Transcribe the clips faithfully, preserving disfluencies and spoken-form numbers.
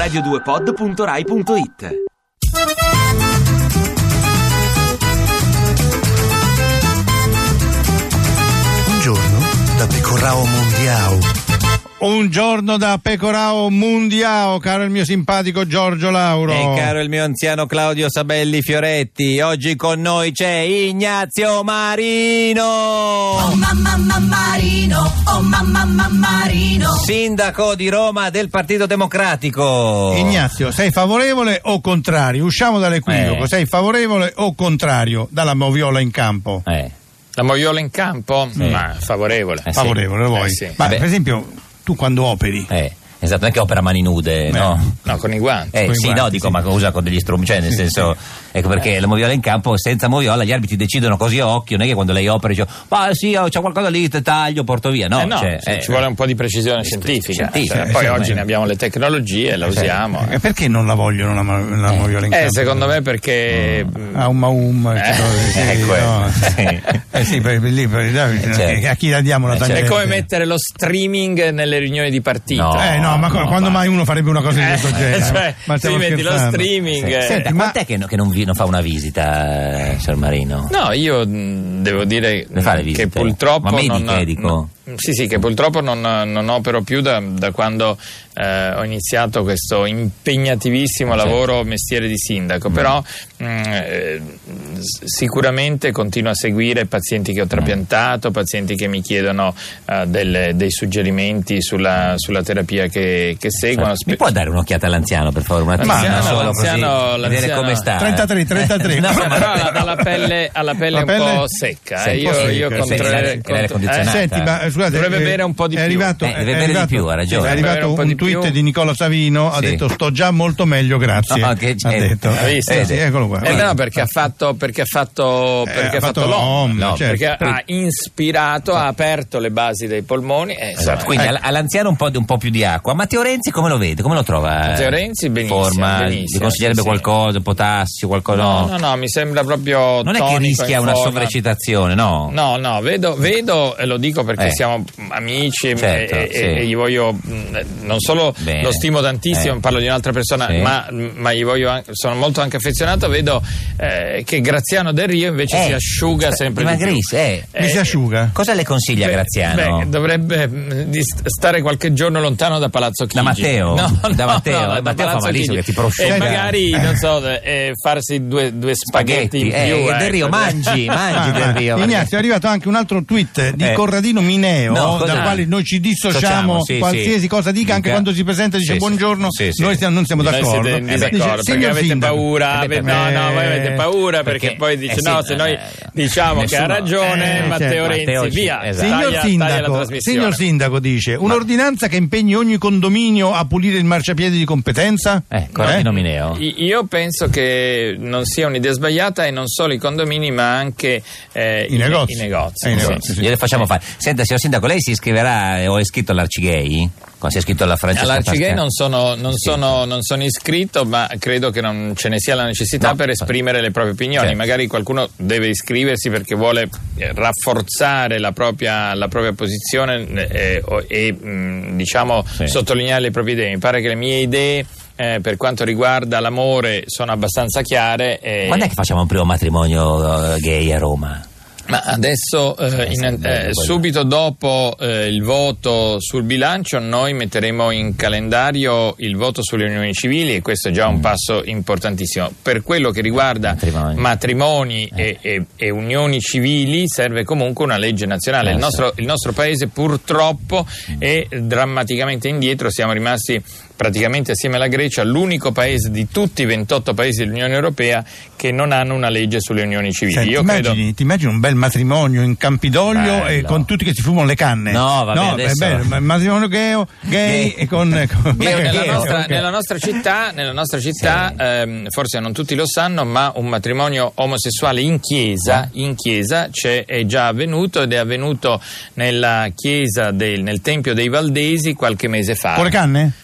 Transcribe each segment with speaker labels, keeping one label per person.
Speaker 1: radio due pod punto rai punto it.
Speaker 2: Un giorno da Pecorao Mondiao.
Speaker 3: Un giorno da Pecorao Mondiao, caro il mio simpatico Giorgio Lauro.
Speaker 4: E caro il mio anziano Claudio Sabelli Fioretti. Oggi con noi c'è Ignazio Marino.
Speaker 5: Oh mamma mamma Marino, oh mamma mamma Marino.
Speaker 4: Sindaco di Roma del Partito Democratico.
Speaker 3: Ignazio, sei favorevole o contrario? Usciamo dall'equivoco,
Speaker 4: Eh.
Speaker 3: sei favorevole o contrario dalla moviola in campo?
Speaker 4: Eh.
Speaker 6: La moviola in campo?
Speaker 4: Sì.
Speaker 6: Ma favorevole.
Speaker 4: Eh, sì.
Speaker 3: Favorevole, lo vuoi?
Speaker 6: Eh, sì.
Speaker 3: Ma
Speaker 4: Vabbè.
Speaker 3: per esempio, tu quando operi,
Speaker 4: Eh. Esatto, non è che opera a mani nude, no?
Speaker 6: No, con i guanti.
Speaker 4: Eh
Speaker 3: con i
Speaker 4: sì,
Speaker 3: guanti,
Speaker 4: no, dico,
Speaker 3: sì.
Speaker 4: ma usa con degli strumenti, cioè nel
Speaker 3: Sì,
Speaker 4: senso, ecco perché la moviola in campo, senza moviola gli arbitri decidono così a occhio, non è che quando lei opera dice, ma sì, oh, c'è qualcosa lì, te taglio, porto via, no?
Speaker 6: Eh no,
Speaker 4: cioè,
Speaker 6: sì,
Speaker 4: eh,
Speaker 6: ci vuole un po' di precisione scientifica.
Speaker 4: scientifica,
Speaker 6: Cioè, poi
Speaker 3: sì,
Speaker 6: oggi
Speaker 3: sì.
Speaker 6: ne abbiamo le tecnologie, la usiamo.
Speaker 3: eh, perché non la vogliono la, mo- la moviola in
Speaker 6: Eh,
Speaker 3: campo?
Speaker 6: secondo me perché...
Speaker 3: Ah, un maum,
Speaker 6: Eh,
Speaker 3: sì,
Speaker 4: ecco,
Speaker 3: no.
Speaker 4: sì.
Speaker 3: Eh sì, per, lì, per,
Speaker 4: certo.
Speaker 3: a chi la diamo la
Speaker 4: Eh,
Speaker 3: tangente?
Speaker 6: È come mettere lo streaming nelle riunioni di partito.
Speaker 4: No.
Speaker 3: Eh no, ma co-
Speaker 4: no,
Speaker 3: quando
Speaker 4: ma-
Speaker 3: mai uno farebbe una cosa di
Speaker 6: Eh,
Speaker 3: questo genere?
Speaker 6: cioè,
Speaker 3: Ma
Speaker 6: sì,
Speaker 3: stiamo
Speaker 6: metti lo
Speaker 3: scherzando?
Speaker 6: streaming.
Speaker 4: Sì.
Speaker 6: eh.
Speaker 4: Senti,
Speaker 3: ma-
Speaker 4: quant'è che, che non, vi- non fa una visita, signor Marino?
Speaker 6: No, io mh, devo dire
Speaker 4: Ne fa le
Speaker 6: che
Speaker 4: visite?
Speaker 6: purtroppo
Speaker 4: Ma mediche,
Speaker 6: non,
Speaker 4: dico?
Speaker 6: no, sì, sì, che purtroppo non, non opero più da, da quando eh, ho iniziato questo impegnativissimo
Speaker 4: Certo.
Speaker 6: lavoro mestiere di sindaco,
Speaker 4: Mm.
Speaker 6: però mh, eh, s- sicuramente continuo a seguire pazienti che ho trapiantato, pazienti che mi chiedono eh, delle- dei suggerimenti sulla, sulla terapia che, che seguono.
Speaker 4: Mi può dare un'occhiata all'anziano, per favore, un attimo?
Speaker 6: L'anziano,
Speaker 4: solo
Speaker 6: l'anziano,
Speaker 4: così, vedere
Speaker 6: l'anziano-
Speaker 4: come sta?
Speaker 3: trentatré, trentatré.
Speaker 4: No,
Speaker 6: Cioè,
Speaker 4: ma-
Speaker 6: però ha la pelle, ha la pelle
Speaker 3: La
Speaker 6: un
Speaker 3: pelle-
Speaker 6: po' secca.
Speaker 4: Sì,
Speaker 6: eh.
Speaker 4: un po'
Speaker 6: Io,
Speaker 4: secca,
Speaker 6: io
Speaker 4: sì,
Speaker 6: contro-
Speaker 4: l'aria- l'aria
Speaker 6: contro-
Speaker 4: condizionata.
Speaker 3: Senti, ma eh, scusate,
Speaker 6: Dovrebbe
Speaker 3: eh,
Speaker 6: bere un po' di
Speaker 3: è
Speaker 6: più.
Speaker 3: arrivato,
Speaker 4: Eh,
Speaker 3: è
Speaker 4: deve bere di
Speaker 3: arrivato-
Speaker 4: più, ha ragione.
Speaker 3: È
Speaker 6: Deve bere
Speaker 3: arrivato
Speaker 6: un po'
Speaker 3: un,
Speaker 6: di
Speaker 3: tweet
Speaker 6: più.
Speaker 3: di Nicola Savino, ha
Speaker 4: Sì.
Speaker 3: detto sto già molto meglio, grazie.
Speaker 4: No, che
Speaker 3: ha
Speaker 4: c'è?
Speaker 3: detto.
Speaker 6: Ha visto?
Speaker 3: Eh, sì, eccolo qua.
Speaker 6: Eh
Speaker 3: guarda.
Speaker 6: no, perché ha fatto perché ha fatto perché
Speaker 3: Eh,
Speaker 6: ha fatto, l'O M,
Speaker 3: l'O M,
Speaker 6: no,
Speaker 3: certo.
Speaker 6: perché ha ispirato, ha aperto le basi dei polmoni. eh,
Speaker 4: Esatto,
Speaker 6: insomma,
Speaker 4: quindi
Speaker 6: eh,
Speaker 4: all- all'anziano un po', di, un po' più di acqua. Matteo Renzi come lo vede? Come lo trova?
Speaker 6: Matteo Renzi benissimo,
Speaker 4: Forma,
Speaker 6: benissimo,
Speaker 4: gli consiglierebbe
Speaker 6: sì, sì.
Speaker 4: qualcosa, potassio, qualcosa?
Speaker 6: no, no, no, mi sembra proprio
Speaker 4: Non è che
Speaker 6: tonico,
Speaker 4: rischia
Speaker 6: in
Speaker 4: una
Speaker 6: forma.
Speaker 4: sovraeccitazione, no?
Speaker 6: No, no, vedo, vedo e lo dico perché
Speaker 4: Eh.
Speaker 6: siamo amici e-
Speaker 4: Certo,
Speaker 6: e,
Speaker 4: sì.
Speaker 6: e gli voglio, mh, non solo
Speaker 4: Bene.
Speaker 6: lo stimo tantissimo,
Speaker 4: Eh.
Speaker 6: parlo di un'altra persona,
Speaker 4: Sì.
Speaker 6: ma, ma gli voglio anche- sono molto anche affezionato, vedo eh, che Graziano Del Rio invece
Speaker 4: Eh,
Speaker 6: si asciuga sempre di più.
Speaker 4: Dimagrisce, eh.
Speaker 3: Mi si asciuga?
Speaker 4: Cosa le consiglia
Speaker 6: Beh,
Speaker 4: Graziano?
Speaker 6: beh, dovrebbe mh, di st- stare qualche giorno lontano da Palazzo Chigi.
Speaker 4: Da Matteo?
Speaker 6: No,
Speaker 4: Da
Speaker 6: no,
Speaker 4: Matteo?
Speaker 6: no,
Speaker 4: Matteo
Speaker 6: da
Speaker 4: fa
Speaker 6: Palazzo
Speaker 4: malissimo
Speaker 6: Chigi.
Speaker 4: che ti prosciuga.
Speaker 6: E magari, non so, eh, farsi due, due spaghetti, in
Speaker 4: eh,
Speaker 6: più.
Speaker 4: Del
Speaker 6: ecco.
Speaker 4: Rio, mangi, mangi
Speaker 3: Ah,
Speaker 4: Del
Speaker 3: ah,
Speaker 4: Rio.
Speaker 3: Ignazio, è arrivato anche un altro tweet di
Speaker 4: Eh.
Speaker 3: Corradino Mineo,
Speaker 4: No, cos'è?
Speaker 3: dal quale noi ci dissociamo,
Speaker 4: Sociamo, sì,
Speaker 3: qualsiasi
Speaker 4: sì.
Speaker 3: cosa dica, anche
Speaker 4: Dica.
Speaker 3: quando si presenta e dice
Speaker 4: Sì, sì.
Speaker 3: buongiorno,
Speaker 4: Sì, sì.
Speaker 3: noi stiamo- non siamo
Speaker 6: Voi
Speaker 3: d'accordo.
Speaker 6: siete in
Speaker 3: Eh,
Speaker 6: disaccordo
Speaker 3: dice,
Speaker 6: perché
Speaker 3: signor
Speaker 6: avete
Speaker 3: sindaco,
Speaker 6: paura,
Speaker 4: Eh, beh,
Speaker 6: avete- no, no, voi avete paura perché,
Speaker 4: perché-
Speaker 6: poi dice
Speaker 4: eh, sì,
Speaker 6: no, se noi
Speaker 4: eh,
Speaker 6: diciamo che ha
Speaker 4: nessuno-
Speaker 6: ragione
Speaker 3: eh,
Speaker 6: Matteo
Speaker 3: certo.
Speaker 6: Renzi,
Speaker 4: Matteo ci-
Speaker 6: via,
Speaker 4: esatto.
Speaker 3: Signor
Speaker 6: taglia, taglia la
Speaker 3: sindaco,
Speaker 6: trasmissione.
Speaker 3: signor sindaco dice un'ordinanza che impegni ogni condominio a pulire il marciapiede di competenza?
Speaker 4: Eh, Corradino
Speaker 3: Eh?
Speaker 4: Mineo.
Speaker 6: I- Io penso che non sia un'idea sbagliata e non solo i condomini ma anche eh,
Speaker 3: I negozi.
Speaker 6: i negozi.
Speaker 3: Eh, i
Speaker 6: sì.
Speaker 3: negozi. Sì.
Speaker 4: Gliele facciamo fare. Senta, signor sindaco, lei si iscriverà eh, o è iscritto all'Arcigay? Quando si è iscritto alla Francesca
Speaker 6: All'Arcigay non
Speaker 4: Pascal?
Speaker 6: sono, non, sono, non sono iscritto, ma credo che non ce ne sia la necessità
Speaker 4: No.
Speaker 6: per esprimere le proprie opinioni.
Speaker 4: Certo.
Speaker 6: Magari qualcuno deve iscriversi perché vuole eh, rafforzare la propria, la propria posizione eh, o- e mh, diciamo
Speaker 4: Sì.
Speaker 6: sottolineare le proprie idee. Mi pare che le mie idee eh, per quanto riguarda l'amore sono abbastanza chiare. E...
Speaker 4: Quando è che facciamo un primo matrimonio eh, gay a Roma?
Speaker 6: Ma adesso, eh, in-
Speaker 4: sarebbe bello
Speaker 6: eh,
Speaker 4: quello.
Speaker 6: subito dopo eh, il voto sul bilancio, noi metteremo in calendario il voto sulle unioni civili e questo è già un passo importantissimo. Per quello che riguarda
Speaker 4: Matrimoni.
Speaker 6: matrimoni
Speaker 4: Eh.
Speaker 6: e, e- e unioni civili serve comunque una legge nazionale.
Speaker 4: Eh,
Speaker 6: il,
Speaker 4: sì.
Speaker 6: nostro, il nostro paese purtroppo è drammaticamente indietro, siamo rimasti praticamente assieme alla Grecia l'unico paese di tutti i ventotto paesi dell'Unione Europea che non hanno una legge sulle unioni civili.
Speaker 3: Senti,
Speaker 6: Io
Speaker 3: ti,
Speaker 6: credo...
Speaker 3: immagini, ti immagini un bel matrimonio in Campidoglio
Speaker 4: Bello.
Speaker 3: e con tutti che si fumano le canne?
Speaker 4: No, vabbè,
Speaker 3: no,
Speaker 4: adesso-
Speaker 3: è bello, ma- matrimonio gay, gay e con, con
Speaker 6: Io nella,
Speaker 3: gay,
Speaker 6: nostra,
Speaker 3: ok.
Speaker 6: nella nostra città, nella nostra città ehm, forse non tutti lo sanno, ma un matrimonio omosessuale in chiesa, in chiesa c'è, è già avvenuto ed è avvenuto nella chiesa del, nel Tempio dei Valdesi qualche mese fa.
Speaker 3: Con le canne?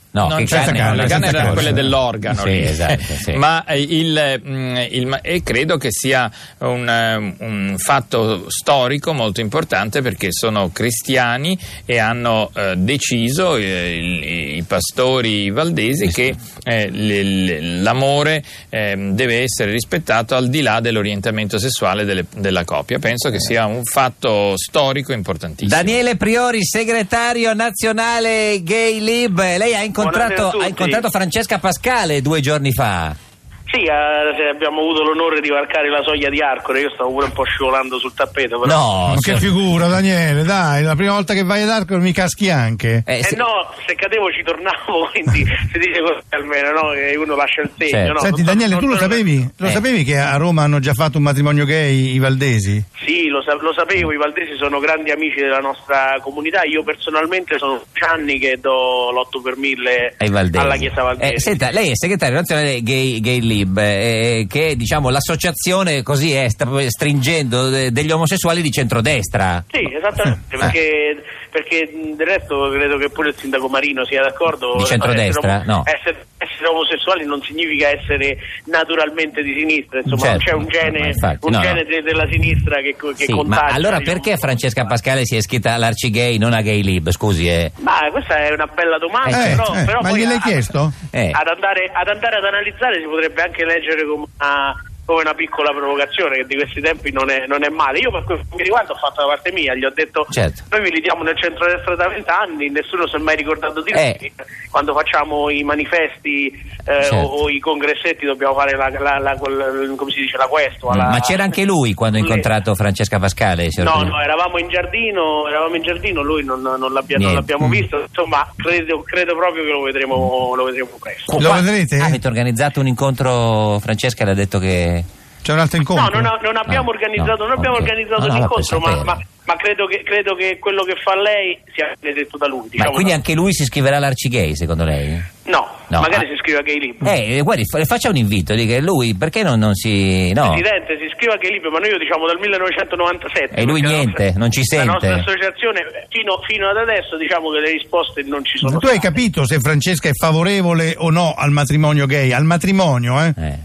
Speaker 4: No,
Speaker 6: non
Speaker 4: che
Speaker 6: c'è
Speaker 3: canne,
Speaker 6: canne, le canne
Speaker 3: senza
Speaker 6: erano
Speaker 3: corso.
Speaker 6: quelle dell'organo
Speaker 4: Sì,
Speaker 6: lì.
Speaker 4: esatto, sì.
Speaker 6: Ma il, il, e credo che sia un, un fatto storico molto importante, perché sono cristiani e hanno eh, deciso eh, i, i pastori valdesi che eh, l, l'amore eh, deve essere rispettato al di là dell'orientamento sessuale delle, della coppia. Penso che sia un fatto storico importantissimo.
Speaker 4: Daniele Priori, segretario nazionale Gay Lib, lei ha incontrato,
Speaker 7: Buonasera a tutti.
Speaker 4: ha incontrato Francesca Pascale due giorni fa.
Speaker 7: Sì, eh, abbiamo avuto l'onore di varcare la soglia di Arcore, io stavo pure un po' scivolando sul tappeto. Però...
Speaker 4: No,
Speaker 3: Ma che
Speaker 4: se-
Speaker 3: figura, Daniele, dai, la prima volta che vai ad Arcore mi caschi anche.
Speaker 4: eh,
Speaker 7: Eh
Speaker 4: se-
Speaker 7: no, se cadevo ci tornavo, quindi si dice così almeno, no? Che uno lascia il segno,
Speaker 4: Certo.
Speaker 7: no?
Speaker 3: Senti,
Speaker 7: Non-
Speaker 3: Daniele,
Speaker 7: non-
Speaker 3: tu lo
Speaker 7: non-
Speaker 3: sapevi? Lo
Speaker 4: Eh.
Speaker 3: sapevi che a Roma hanno già fatto un matrimonio gay i valdesi?
Speaker 7: Sì, lo, sa- lo sapevo, i valdesi sono grandi amici della nostra comunità, io personalmente sono anni che do l'otto per mille
Speaker 4: ai Valdesi.
Speaker 7: alla Chiesa Valdese.
Speaker 4: Eh, senta, lei è segretario nazionale Gay, Gay Lib, eh, che diciamo l'associazione così è, sta stringendo de- degli omosessuali di centrodestra.
Speaker 7: Sì, esattamente, perché, perché mh, del resto credo che pure il sindaco Marino sia d'accordo.
Speaker 4: Di centrodestra?
Speaker 7: Essere,
Speaker 4: No.
Speaker 7: essere, essere omosessuali non significa essere naturalmente di sinistra, insomma,
Speaker 4: Certo,
Speaker 7: non c'è un gene,
Speaker 4: ma infatti,
Speaker 7: un
Speaker 4: no,
Speaker 7: gene
Speaker 4: no.
Speaker 7: de- della sinistra che, che
Speaker 4: Sì,
Speaker 7: contagia.
Speaker 4: ma allora
Speaker 7: diciamo.
Speaker 4: perché Francesca Pascale si è iscritta all'Arcigay, non a Gay Lib? Scusi, eh.
Speaker 7: Ma questa è una bella domanda,
Speaker 3: Eh,
Speaker 7: però,
Speaker 3: eh,
Speaker 7: però
Speaker 3: ma
Speaker 7: poi
Speaker 3: gliel'hai
Speaker 7: a-
Speaker 3: chiesto?
Speaker 4: Eh.
Speaker 7: Ad, andare, ad andare ad analizzare si potrebbe anche leggere come una, come una piccola provocazione, che di questi tempi non è, non è male. Io per quel che mi riguarda ho fatto la parte mia, gli ho detto
Speaker 4: Certo.
Speaker 7: noi militiamo nel centrodestra da vent'anni, nessuno si è mai ricordato di
Speaker 4: Eh.
Speaker 7: noi. Quando facciamo i manifesti eh,
Speaker 4: Certo.
Speaker 7: o, o i congressetti dobbiamo fare la, la, la, quel- come si dice, la questo. La,
Speaker 4: Ma c'era anche lui quando ha
Speaker 7: Sì.
Speaker 4: incontrato Francesca Pascale? signor
Speaker 7: No,
Speaker 4: Priori?
Speaker 7: no, eravamo in giardino, eravamo in giardino, lui non, non, l'abbia- non
Speaker 4: Niente.
Speaker 7: l'abbiamo
Speaker 3: Mm.
Speaker 7: visto, insomma credo, credo proprio che lo vedremo, lo vedremo presto.
Speaker 3: Lo
Speaker 4: Qua-
Speaker 3: vedrete?
Speaker 4: Ah, avete organizzato un incontro, Francesca le ha detto che...
Speaker 3: C'è un altro
Speaker 7: No,
Speaker 3: incontro?
Speaker 7: non, ha- non abbiamo
Speaker 4: Ah,
Speaker 7: organizzato,
Speaker 4: no,
Speaker 7: non abbiamo
Speaker 4: ok.
Speaker 7: organizzato
Speaker 4: No, no,
Speaker 7: l'incontro,
Speaker 4: per
Speaker 7: ma,
Speaker 4: sapere.
Speaker 7: ma, ma credo, che, credo che quello che fa lei sia detto da lui.
Speaker 4: Ma
Speaker 7: Diciamo,
Speaker 4: quindi
Speaker 7: no?
Speaker 4: anche lui si iscriverà all'Arcigay, secondo lei?
Speaker 7: No,
Speaker 4: No,
Speaker 7: magari
Speaker 4: ah.
Speaker 7: si iscrive a Gay Lib.
Speaker 4: Eh, guardi, fa- faccia un invito, dica lui, perché non, non si... no?
Speaker 7: Presidente, si iscrive a Gay Lib, ma noi lo diciamo dal millenovecentonovantasette.
Speaker 4: E lui
Speaker 7: perché la
Speaker 4: niente,
Speaker 7: nostra-
Speaker 4: non ci
Speaker 7: La nostra
Speaker 4: sente.
Speaker 7: associazione, fino, fino ad adesso, diciamo che le risposte non ci sono
Speaker 3: Tu hai
Speaker 7: state.
Speaker 3: capito se Francesca è favorevole o no al matrimonio gay? Al matrimonio, eh?
Speaker 4: Eh.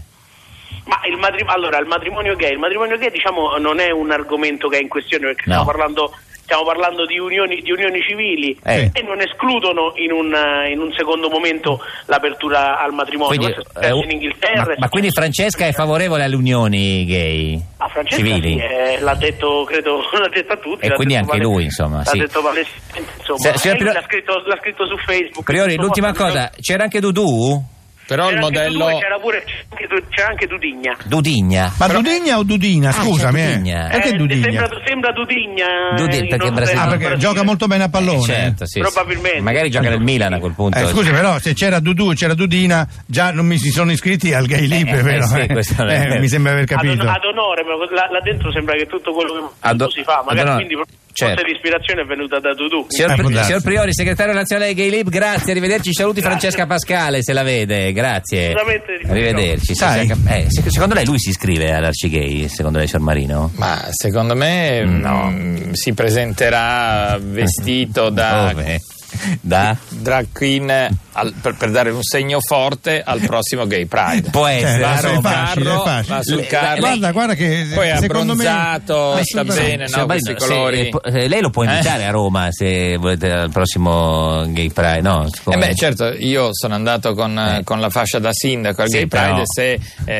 Speaker 7: Ma il matrimonio, allora, il matrimonio gay, il matrimonio gay diciamo non è un argomento che è in questione, perché
Speaker 4: No.
Speaker 7: stiamo parlando stiamo parlando di unioni, di unioni civili
Speaker 4: Eh.
Speaker 7: e non escludono in un, eh, in un secondo momento l'apertura al matrimonio.
Speaker 4: Quindi,
Speaker 7: Questo è successo
Speaker 4: eh,
Speaker 7: in Inghilterra.
Speaker 4: ma,
Speaker 7: è
Speaker 4: ma quindi
Speaker 7: successo-
Speaker 4: Francesca è favorevole alle unioni gay
Speaker 7: Ah, Francesca
Speaker 4: civili?
Speaker 7: sì, eh, l'ha detto, credo, l'ha detto a tutti.
Speaker 4: E
Speaker 7: l'ha
Speaker 4: quindi
Speaker 7: detto
Speaker 4: anche
Speaker 7: pale-
Speaker 4: lui, insomma,
Speaker 7: L'ha
Speaker 4: sì.
Speaker 7: detto palesemente, insomma.
Speaker 4: Se-
Speaker 7: E
Speaker 4: signor
Speaker 7: lui
Speaker 4: Piro-
Speaker 7: l'ha, scritto, l'ha scritto su Facebook.
Speaker 4: Priori,
Speaker 7: Tutto
Speaker 4: l'ultima
Speaker 7: fatto-
Speaker 4: cosa, c'era anche Dudu?
Speaker 6: Però il
Speaker 7: C'era anche
Speaker 6: modello...
Speaker 7: Dudu e c'era pure c'era anche, Du- c'era anche Dudigna.
Speaker 4: Dudigna.
Speaker 3: Ma Dudigna o Dudina?
Speaker 4: Ah,
Speaker 3: Scusami,
Speaker 4: c'è
Speaker 3: eh.
Speaker 4: Dudigna.
Speaker 3: Perché
Speaker 7: Eh,
Speaker 3: Dudigna?
Speaker 7: Sembra, sembra Dudigna.
Speaker 4: Dudi-
Speaker 7: eh,
Speaker 4: perché
Speaker 7: in
Speaker 4: è brasiliano.
Speaker 3: Ah,
Speaker 7: in
Speaker 3: perché
Speaker 7: Brasile.
Speaker 3: gioca molto bene a pallone.
Speaker 4: Certo, sì, sì.
Speaker 7: Probabilmente.
Speaker 4: Magari gioca nel Milan a quel punto.
Speaker 3: Eh, scusi, però se c'era Dudu e c'era Dudina, già non mi si sono iscritti al Gay Lib,
Speaker 4: Eh, eh,
Speaker 3: vero?
Speaker 4: sì,
Speaker 3: Eh,
Speaker 4: questo non è-
Speaker 3: eh, mi sembra aver
Speaker 7: Ad,
Speaker 3: capito.
Speaker 7: on- ad onore, ma là, là dentro sembra che tutto quello che
Speaker 4: Ad-
Speaker 7: tutto si fa,
Speaker 4: ad
Speaker 7: magari
Speaker 4: onore.
Speaker 7: quindi forse
Speaker 4: Certo.
Speaker 7: l'ispirazione è venuta da Dudu.
Speaker 4: Signor,
Speaker 3: Eh,
Speaker 4: Pri-
Speaker 3: può darsi.
Speaker 4: signor Priori, segretario nazionale Gay Lib, grazie, arrivederci. Saluti Francesca Pascale se la vede, grazie.
Speaker 7: Assolutamente,
Speaker 4: Arrivederci. Sì,
Speaker 3: Sai.
Speaker 4: sì, eh, se- secondo lei lui si iscrive all'Arcigay, secondo lei, signor Marino?
Speaker 6: Ma secondo me
Speaker 4: No.
Speaker 6: mm, si presenterà vestito da
Speaker 4: Dove? Da?
Speaker 6: drag queen al- per, per dare un segno forte al prossimo Gay Pride.
Speaker 4: Può
Speaker 3: Cioè,
Speaker 4: essere.
Speaker 6: Va
Speaker 3: è
Speaker 6: sul
Speaker 3: facile, è
Speaker 6: carro,
Speaker 3: facile.
Speaker 6: va sul
Speaker 4: Le-
Speaker 6: carro.
Speaker 3: Guarda, guarda che
Speaker 6: Poi è
Speaker 3: secondo me
Speaker 6: abbronzato,
Speaker 3: Ma
Speaker 6: sta
Speaker 3: sì,
Speaker 6: bene,
Speaker 4: Signor
Speaker 6: no?
Speaker 4: Marino,
Speaker 6: Questi
Speaker 4: se-
Speaker 6: colori.
Speaker 4: eh, lei lo può invitare
Speaker 6: Eh?
Speaker 4: a Roma se volete al prossimo Gay Pride, no?
Speaker 6: Eh
Speaker 4: Come-
Speaker 6: beh, certo, io sono andato con,
Speaker 4: Eh.
Speaker 6: con la fascia da sindaco al
Speaker 4: Sì,
Speaker 6: Gay Pride
Speaker 4: però-
Speaker 6: e se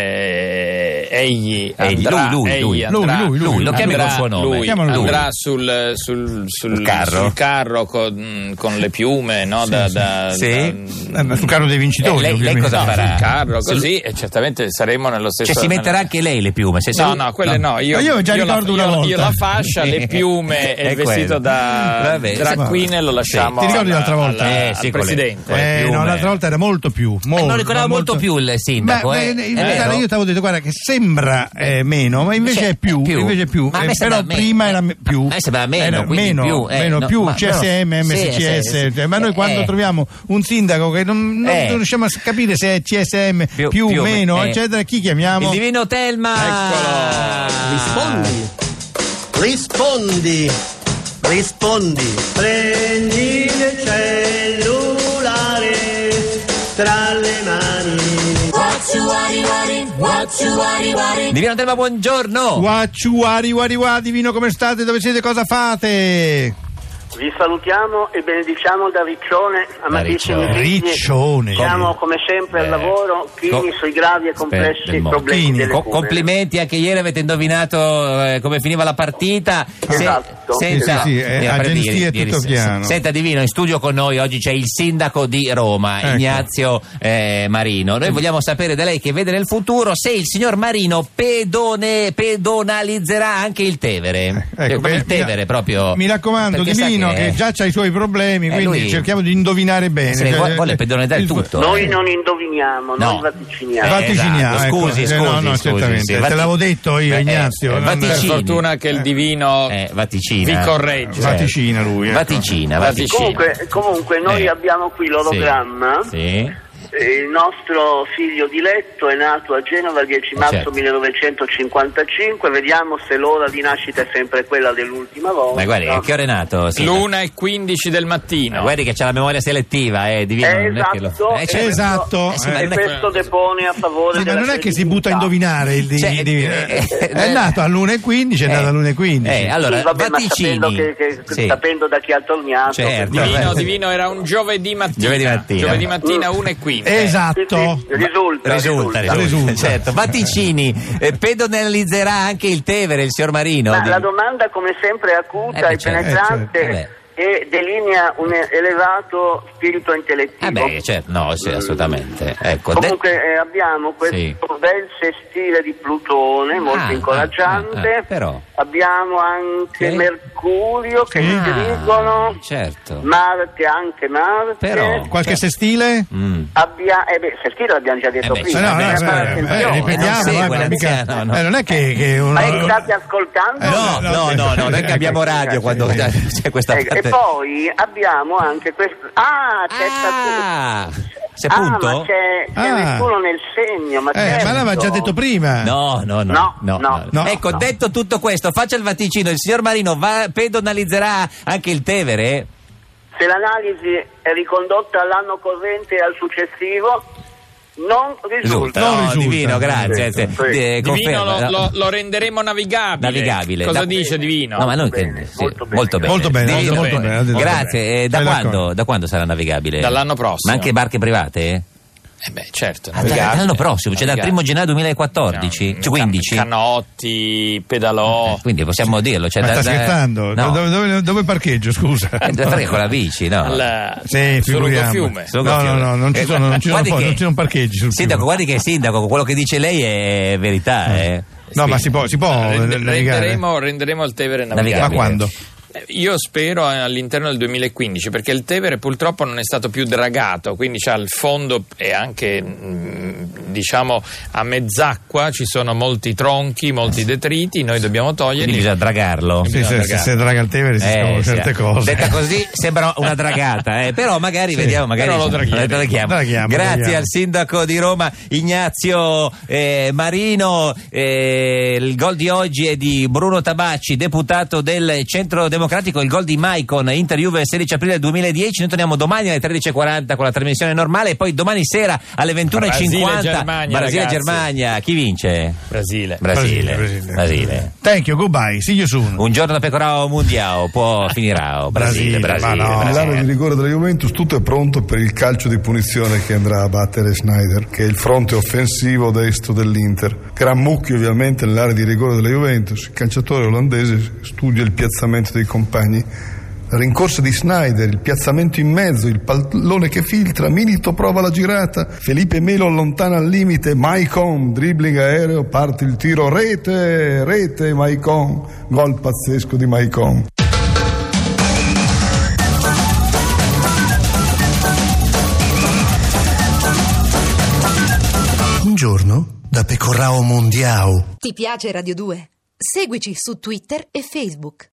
Speaker 6: eh, egli
Speaker 4: Egli,
Speaker 6: andrà,
Speaker 4: lui, lui,
Speaker 6: egli
Speaker 4: lui.
Speaker 6: andrà-
Speaker 3: Lui, lui, lui.
Speaker 4: Lo chiami
Speaker 6: andrà-
Speaker 4: col suo nome.
Speaker 6: lui
Speaker 3: Chiamalo lui.
Speaker 6: andrà sul, sul, sul,
Speaker 4: Sul carro.
Speaker 6: sul carro con, con le piume, no? da, da-
Speaker 4: Sì.
Speaker 6: da-
Speaker 3: Eh, ma sul carro dei vincitori.
Speaker 4: Eh, lei- lei
Speaker 3: ovviamente.
Speaker 4: cosa
Speaker 6: no,
Speaker 4: farà?
Speaker 6: sul carro,
Speaker 4: Sul-
Speaker 6: così, e certamente saremo nello stesso...
Speaker 4: Cioè si metterà anche lei le piume? Se- se
Speaker 6: No,
Speaker 4: lui-
Speaker 6: no, quelle no. Io,
Speaker 3: Ma io già
Speaker 6: la-
Speaker 3: ricordo una
Speaker 6: io-
Speaker 3: volta.
Speaker 6: Io la fascia, le piume e
Speaker 4: È
Speaker 6: il vestito
Speaker 4: quello.
Speaker 6: da
Speaker 4: Vabbè,
Speaker 6: drag
Speaker 3: sì.
Speaker 6: queen lo lasciamo
Speaker 3: Ti ricordi
Speaker 6: alla-
Speaker 3: l'altra volta?
Speaker 6: alla-
Speaker 4: Eh,
Speaker 6: al
Speaker 4: sì, con le-
Speaker 6: presidente.
Speaker 4: con le
Speaker 3: Eh,
Speaker 4: piume.
Speaker 3: no, l'altra volta era molto più.
Speaker 4: Eh,
Speaker 3: Molto,
Speaker 4: non ricordavo molto più il sindaco,
Speaker 3: Beh,
Speaker 4: eh.
Speaker 3: beh, in
Speaker 4: È
Speaker 3: realtà
Speaker 4: vero?
Speaker 3: io ti avevo detto, guarda, che sembra eh, meno, ma invece
Speaker 4: Cioè,
Speaker 3: è più.
Speaker 4: più.
Speaker 3: Invece è più.
Speaker 4: Ma a me
Speaker 3: Eh,
Speaker 4: sembra
Speaker 3: però
Speaker 4: me-
Speaker 3: prima era me- più.
Speaker 4: a me sembra meno,
Speaker 3: Era
Speaker 4: quindi
Speaker 3: meno,
Speaker 4: più, eh,
Speaker 3: meno
Speaker 4: no,
Speaker 3: più.
Speaker 4: ma-
Speaker 3: C S M,
Speaker 4: però-
Speaker 3: M S C S.
Speaker 4: sì, sì,
Speaker 3: ma noi
Speaker 4: eh,
Speaker 3: quando
Speaker 4: eh.
Speaker 3: troviamo un sindaco che non, non
Speaker 4: Eh.
Speaker 3: riusciamo a capire se è C S M più,
Speaker 4: Più- più,
Speaker 3: meno,
Speaker 4: eh.
Speaker 3: eccetera, chi chiamiamo?
Speaker 4: Il divino Telma.
Speaker 6: Eccolo.
Speaker 8: Rispondi, rispondi, rispondi. Prendi il cellulare tra le mani.
Speaker 4: Divino Telma, buongiorno.
Speaker 3: Guacciu, wari, wari, wari, Divino, come state? Dove siete? Cosa fate?
Speaker 9: Vi salutiamo e benediciamo da Riccione, amatissimi figli.
Speaker 3: Riccione.
Speaker 9: Siamo come sempre al
Speaker 4: Eh.
Speaker 9: lavoro, chini
Speaker 4: Co-
Speaker 9: sui gravi e complessi
Speaker 4: Aspetta, del mo-
Speaker 9: problemi
Speaker 3: Chini.
Speaker 9: delle
Speaker 4: Co-
Speaker 9: cure.
Speaker 4: complimenti, anche ieri avete indovinato eh, come finiva la partita.
Speaker 9: Esatto.
Speaker 3: Sì, sì, sì, eh,
Speaker 4: Mira, per
Speaker 3: agenzie
Speaker 4: dire,
Speaker 3: è
Speaker 4: dire,
Speaker 3: tutto
Speaker 4: se-
Speaker 3: piano.
Speaker 4: Senta Divino, in studio con noi oggi c'è il sindaco di Roma,
Speaker 3: Ecco.
Speaker 4: Ignazio eh, Marino. Noi vogliamo sapere da lei, che vede nel futuro, se il signor Marino pedone, pedonalizzerà anche il Tevere.
Speaker 3: Ecco,
Speaker 4: Eh, come
Speaker 3: beh,
Speaker 4: il Tevere
Speaker 3: mi-
Speaker 4: proprio.
Speaker 3: Mi raccomando,
Speaker 4: Perché sa
Speaker 3: Divino, che,
Speaker 4: che-
Speaker 3: già c'ha i suoi problemi,
Speaker 4: Eh,
Speaker 3: quindi
Speaker 4: lui-
Speaker 3: cerchiamo di indovinare bene.
Speaker 4: Se ne
Speaker 3: Cioè,
Speaker 4: vuole- vuole pedonalizzare
Speaker 3: il-
Speaker 4: tutto.
Speaker 9: Noi non indoviniamo,
Speaker 4: No.
Speaker 9: noi vaticiniamo.
Speaker 4: Eh,
Speaker 3: Vaticiniamo,
Speaker 4: esatto. Scusi,
Speaker 3: ecco.
Speaker 4: scusi,
Speaker 3: Eh, no, no,
Speaker 4: scusi,
Speaker 3: certamente.
Speaker 4: sì.
Speaker 3: Te
Speaker 4: Vati-
Speaker 3: l'avevo detto io,
Speaker 4: Eh,
Speaker 3: Ignazio.
Speaker 4: eh,
Speaker 3: non-
Speaker 4: Vaticini.
Speaker 6: Per fortuna che il divino
Speaker 4: Eh, vaticina.
Speaker 6: vi corregge.
Speaker 3: Vaticina lui. ecco.
Speaker 4: Vaticina,
Speaker 6: Vaticina.
Speaker 9: Comunque, comunque noi
Speaker 4: Eh.
Speaker 9: abbiamo qui l'orogramma.
Speaker 4: Sì. sì.
Speaker 9: Eh, Il nostro figlio diletto è nato a Genova il dieci marzo
Speaker 4: Certo.
Speaker 9: millenovecentocinquantacinque, vediamo se l'ora di nascita è sempre quella dell'ultima volta.
Speaker 4: Ma guardi, a che ora è nato? Sì.
Speaker 6: L'una e quindici del mattino.
Speaker 4: Ma guardi che c'ha la memoria selettiva, eh, Divino.
Speaker 9: Eh,
Speaker 4: non è che lo-
Speaker 9: esatto,
Speaker 4: eh, cioè-
Speaker 9: e
Speaker 3: Esatto.
Speaker 4: Eh, sì, ma
Speaker 3: Eh,
Speaker 9: E
Speaker 4: non è che-
Speaker 9: questo depone a favore
Speaker 3: Sì, ma
Speaker 9: della
Speaker 3: non è che si
Speaker 9: credibilità.
Speaker 3: butta a indovinare il di,
Speaker 4: Cioè,
Speaker 3: di-
Speaker 4: eh, eh,
Speaker 3: è nato all'una e quindici, è
Speaker 4: eh,
Speaker 3: nato all'una e quindici.
Speaker 4: eh, allora,
Speaker 9: Sì, vabbè, ma
Speaker 4: vaticini.
Speaker 9: sapendo, che, che,
Speaker 4: Sì.
Speaker 9: sapendo da chi ha tornato.
Speaker 4: Certo.
Speaker 6: Divino,
Speaker 4: Vabbè.
Speaker 6: divino era un giovedì mattina.
Speaker 4: Giovedì mattina.
Speaker 6: Giovedì mattina una e quindici.
Speaker 3: Esatto.
Speaker 9: Sì, sì, risulta,
Speaker 4: Risulta, risulta,
Speaker 3: Risulta.
Speaker 4: certo. Vaticini, eh, pedonalizzerà anche il Tevere, il signor Marino?
Speaker 9: Ma
Speaker 4: Di-
Speaker 9: la domanda come sempre è acuta
Speaker 4: Eh beh,
Speaker 9: e
Speaker 4: certo.
Speaker 9: penetrante
Speaker 4: Eh beh.
Speaker 9: e delinea un elevato spirito intellettivo.
Speaker 4: Ah beh, certo, no, sì, assolutamente. Ecco, de-
Speaker 9: Comunque eh, abbiamo questo
Speaker 4: Sì.
Speaker 9: bel sestile di Plutone molto
Speaker 4: Ah,
Speaker 9: incoraggiante,
Speaker 4: ah, ah, però.
Speaker 9: abbiamo anche
Speaker 4: Sì.
Speaker 9: Mercurio che
Speaker 4: Ah,
Speaker 9: dirigono,
Speaker 4: certo.
Speaker 9: Marte anche Marte,
Speaker 4: Però-
Speaker 3: Qualche sestile?
Speaker 4: Mm.
Speaker 9: abbia- eh beh, sestile l'abbiamo già detto
Speaker 4: Eh beh,
Speaker 9: prima,
Speaker 3: Eh, no, no,
Speaker 9: bisogna
Speaker 3: eh,
Speaker 9: fare
Speaker 3: eh,
Speaker 9: attenzione.
Speaker 3: ripetiamo,
Speaker 4: non segue
Speaker 3: eh, ma mica-
Speaker 4: l'anziano, no.
Speaker 3: eh, non è che, che uno...
Speaker 9: Ma che state ascoltando?
Speaker 3: Eh,
Speaker 4: No, no, no, no, noi cambiamo radio quando c'è questa
Speaker 9: Eh,
Speaker 4: parte.
Speaker 9: e poi abbiamo anche questo. Ah, c'è
Speaker 4: Ah, sei
Speaker 9: Ah,
Speaker 4: punto?
Speaker 9: ma c'è, c'è
Speaker 3: Ah.
Speaker 9: Nettuno nel segno, ma
Speaker 3: Eh,
Speaker 9: certo.
Speaker 3: ma l'aveva già detto prima.
Speaker 4: No, no, no,
Speaker 9: No,
Speaker 4: no,
Speaker 9: no,
Speaker 3: no.
Speaker 4: Ecco,
Speaker 9: no.
Speaker 4: detto tutto questo, faccia il vaticino, il signor Marino va, pedonalizzerà anche il Tevere?
Speaker 9: Se l'analisi è ricondotta all'anno corrente e al successivo, non risulta.
Speaker 3: Non
Speaker 4: no,
Speaker 3: risulta.
Speaker 4: Divino, grazie.
Speaker 9: Sì,
Speaker 4: eh,
Speaker 9: sì.
Speaker 4: eh,
Speaker 6: Divino
Speaker 4: conferma,
Speaker 6: lo,
Speaker 4: no?
Speaker 6: lo- lo renderemo navigabile.
Speaker 4: Navigabile.
Speaker 6: Cosa
Speaker 4: Da-
Speaker 6: dice Divino?
Speaker 4: No, ma noi
Speaker 9: Bene,
Speaker 4: che- sì,
Speaker 9: molto bene.
Speaker 4: molto bene.
Speaker 3: Molto bene,
Speaker 4: Divino,
Speaker 3: molto bene, ha detto
Speaker 4: grazie.
Speaker 3: bene.
Speaker 4: eh, da,
Speaker 3: Sei
Speaker 4: quando,
Speaker 3: d'accordo.
Speaker 4: da quando sarà navigabile?
Speaker 6: Dall'anno prossimo.
Speaker 4: Ma anche barche private?
Speaker 6: Eh beh, certo.
Speaker 4: Ah,
Speaker 6: navigabile.
Speaker 4: dall'anno prossimo, cioè dal primo gennaio duemilaquattordici,
Speaker 6: No,
Speaker 4: cioè quindici.
Speaker 6: Canotti, pedalò.
Speaker 4: Eh, Quindi possiamo dirlo. Cioè,
Speaker 3: Ma
Speaker 4: da-
Speaker 3: sta
Speaker 4: da-
Speaker 3: scherzando?
Speaker 4: No.
Speaker 3: Dove, dove- dove parcheggio, scusa?
Speaker 4: Eh, deve fare con la bici, no?
Speaker 6: al-
Speaker 3: Sì,
Speaker 6: sul
Speaker 3: figuriamo.
Speaker 6: Lungofiume.
Speaker 4: Sul
Speaker 3: No, no,
Speaker 4: Fiume.
Speaker 3: no, non ci
Speaker 4: Eh,
Speaker 3: sono, non ci sono,
Speaker 4: guardi
Speaker 3: po-
Speaker 4: che-
Speaker 3: non ci sono parcheggi sul
Speaker 4: Sindaco,
Speaker 3: fiume.
Speaker 4: guardi che sindaco, quello che dice lei è verità, eh.
Speaker 3: No, ma si può, si può
Speaker 6: Rende-
Speaker 3: navigare.
Speaker 6: renderemo, renderemo il Tevere
Speaker 4: Navigabile.
Speaker 3: Ma
Speaker 6: navigabile.
Speaker 3: quando?
Speaker 6: Eh, Io spero all'interno del duemilaquindici, perché il Tevere purtroppo non è stato più dragato, quindi c'ha il fondo e anche mh, diciamo a mezz'acqua ci sono molti tronchi, molti detriti, noi dobbiamo toglierli.
Speaker 4: Quindi bisogna dragarlo.
Speaker 3: Sì,
Speaker 6: bisogna
Speaker 3: se, se,
Speaker 6: dragare.
Speaker 3: se draga il Tevere si
Speaker 4: Eh,
Speaker 3: scoprono
Speaker 4: sì,
Speaker 3: certe
Speaker 4: eh.
Speaker 3: cose.
Speaker 4: Detta così sembra una dragata, eh, però magari
Speaker 3: Sì,
Speaker 4: vediamo, magari
Speaker 6: però lo draghiamo.
Speaker 4: draghiamo.
Speaker 3: Draghiamo,
Speaker 4: Grazie
Speaker 3: draghiamo.
Speaker 4: al sindaco di Roma Ignazio eh, Marino. Eh, il gol di oggi è di Bruno Tabacci, deputato del Centro Democratico. Il gol di Maicon, Inter Juve sedici aprile duemiladieci. Noi torniamo domani alle tredici e quaranta con la trasmissione normale e poi domani sera alle ventuno e cinquanta
Speaker 6: Brasile-Germania,
Speaker 4: Brasile-Germania. Chi vince?
Speaker 6: Brasile.
Speaker 4: Brasile.
Speaker 3: Brasile,
Speaker 4: Brasile.
Speaker 3: Thank you, goodbye, see you soon.
Speaker 4: Un giorno da Pecorao Mundiao, può finirà. Brasile,
Speaker 3: Brasile,
Speaker 4: Brasile,
Speaker 3: ma no.
Speaker 4: Brasile.
Speaker 10: Nell'area di rigore della Juventus tutto è pronto per il calcio di punizione che andrà a battere Sneijder, che è il fronte offensivo destro dell'Inter. Gran mucchio ovviamente nell'area di rigore della Juventus. Il calciatore olandese studia il piazzamento dei compagni. La rincorsa di Sneijder, il piazzamento in mezzo, il pallone che filtra, Milito prova la girata, Felipe Melo allontana al limite, Maicon, dribbling aereo, parte il tiro, rete, rete, Maicon, gol pazzesco di Maicon.
Speaker 2: Un giorno da Pecorao Mondiao.
Speaker 11: Ti piace Radio due? Seguici su Twitter e Facebook.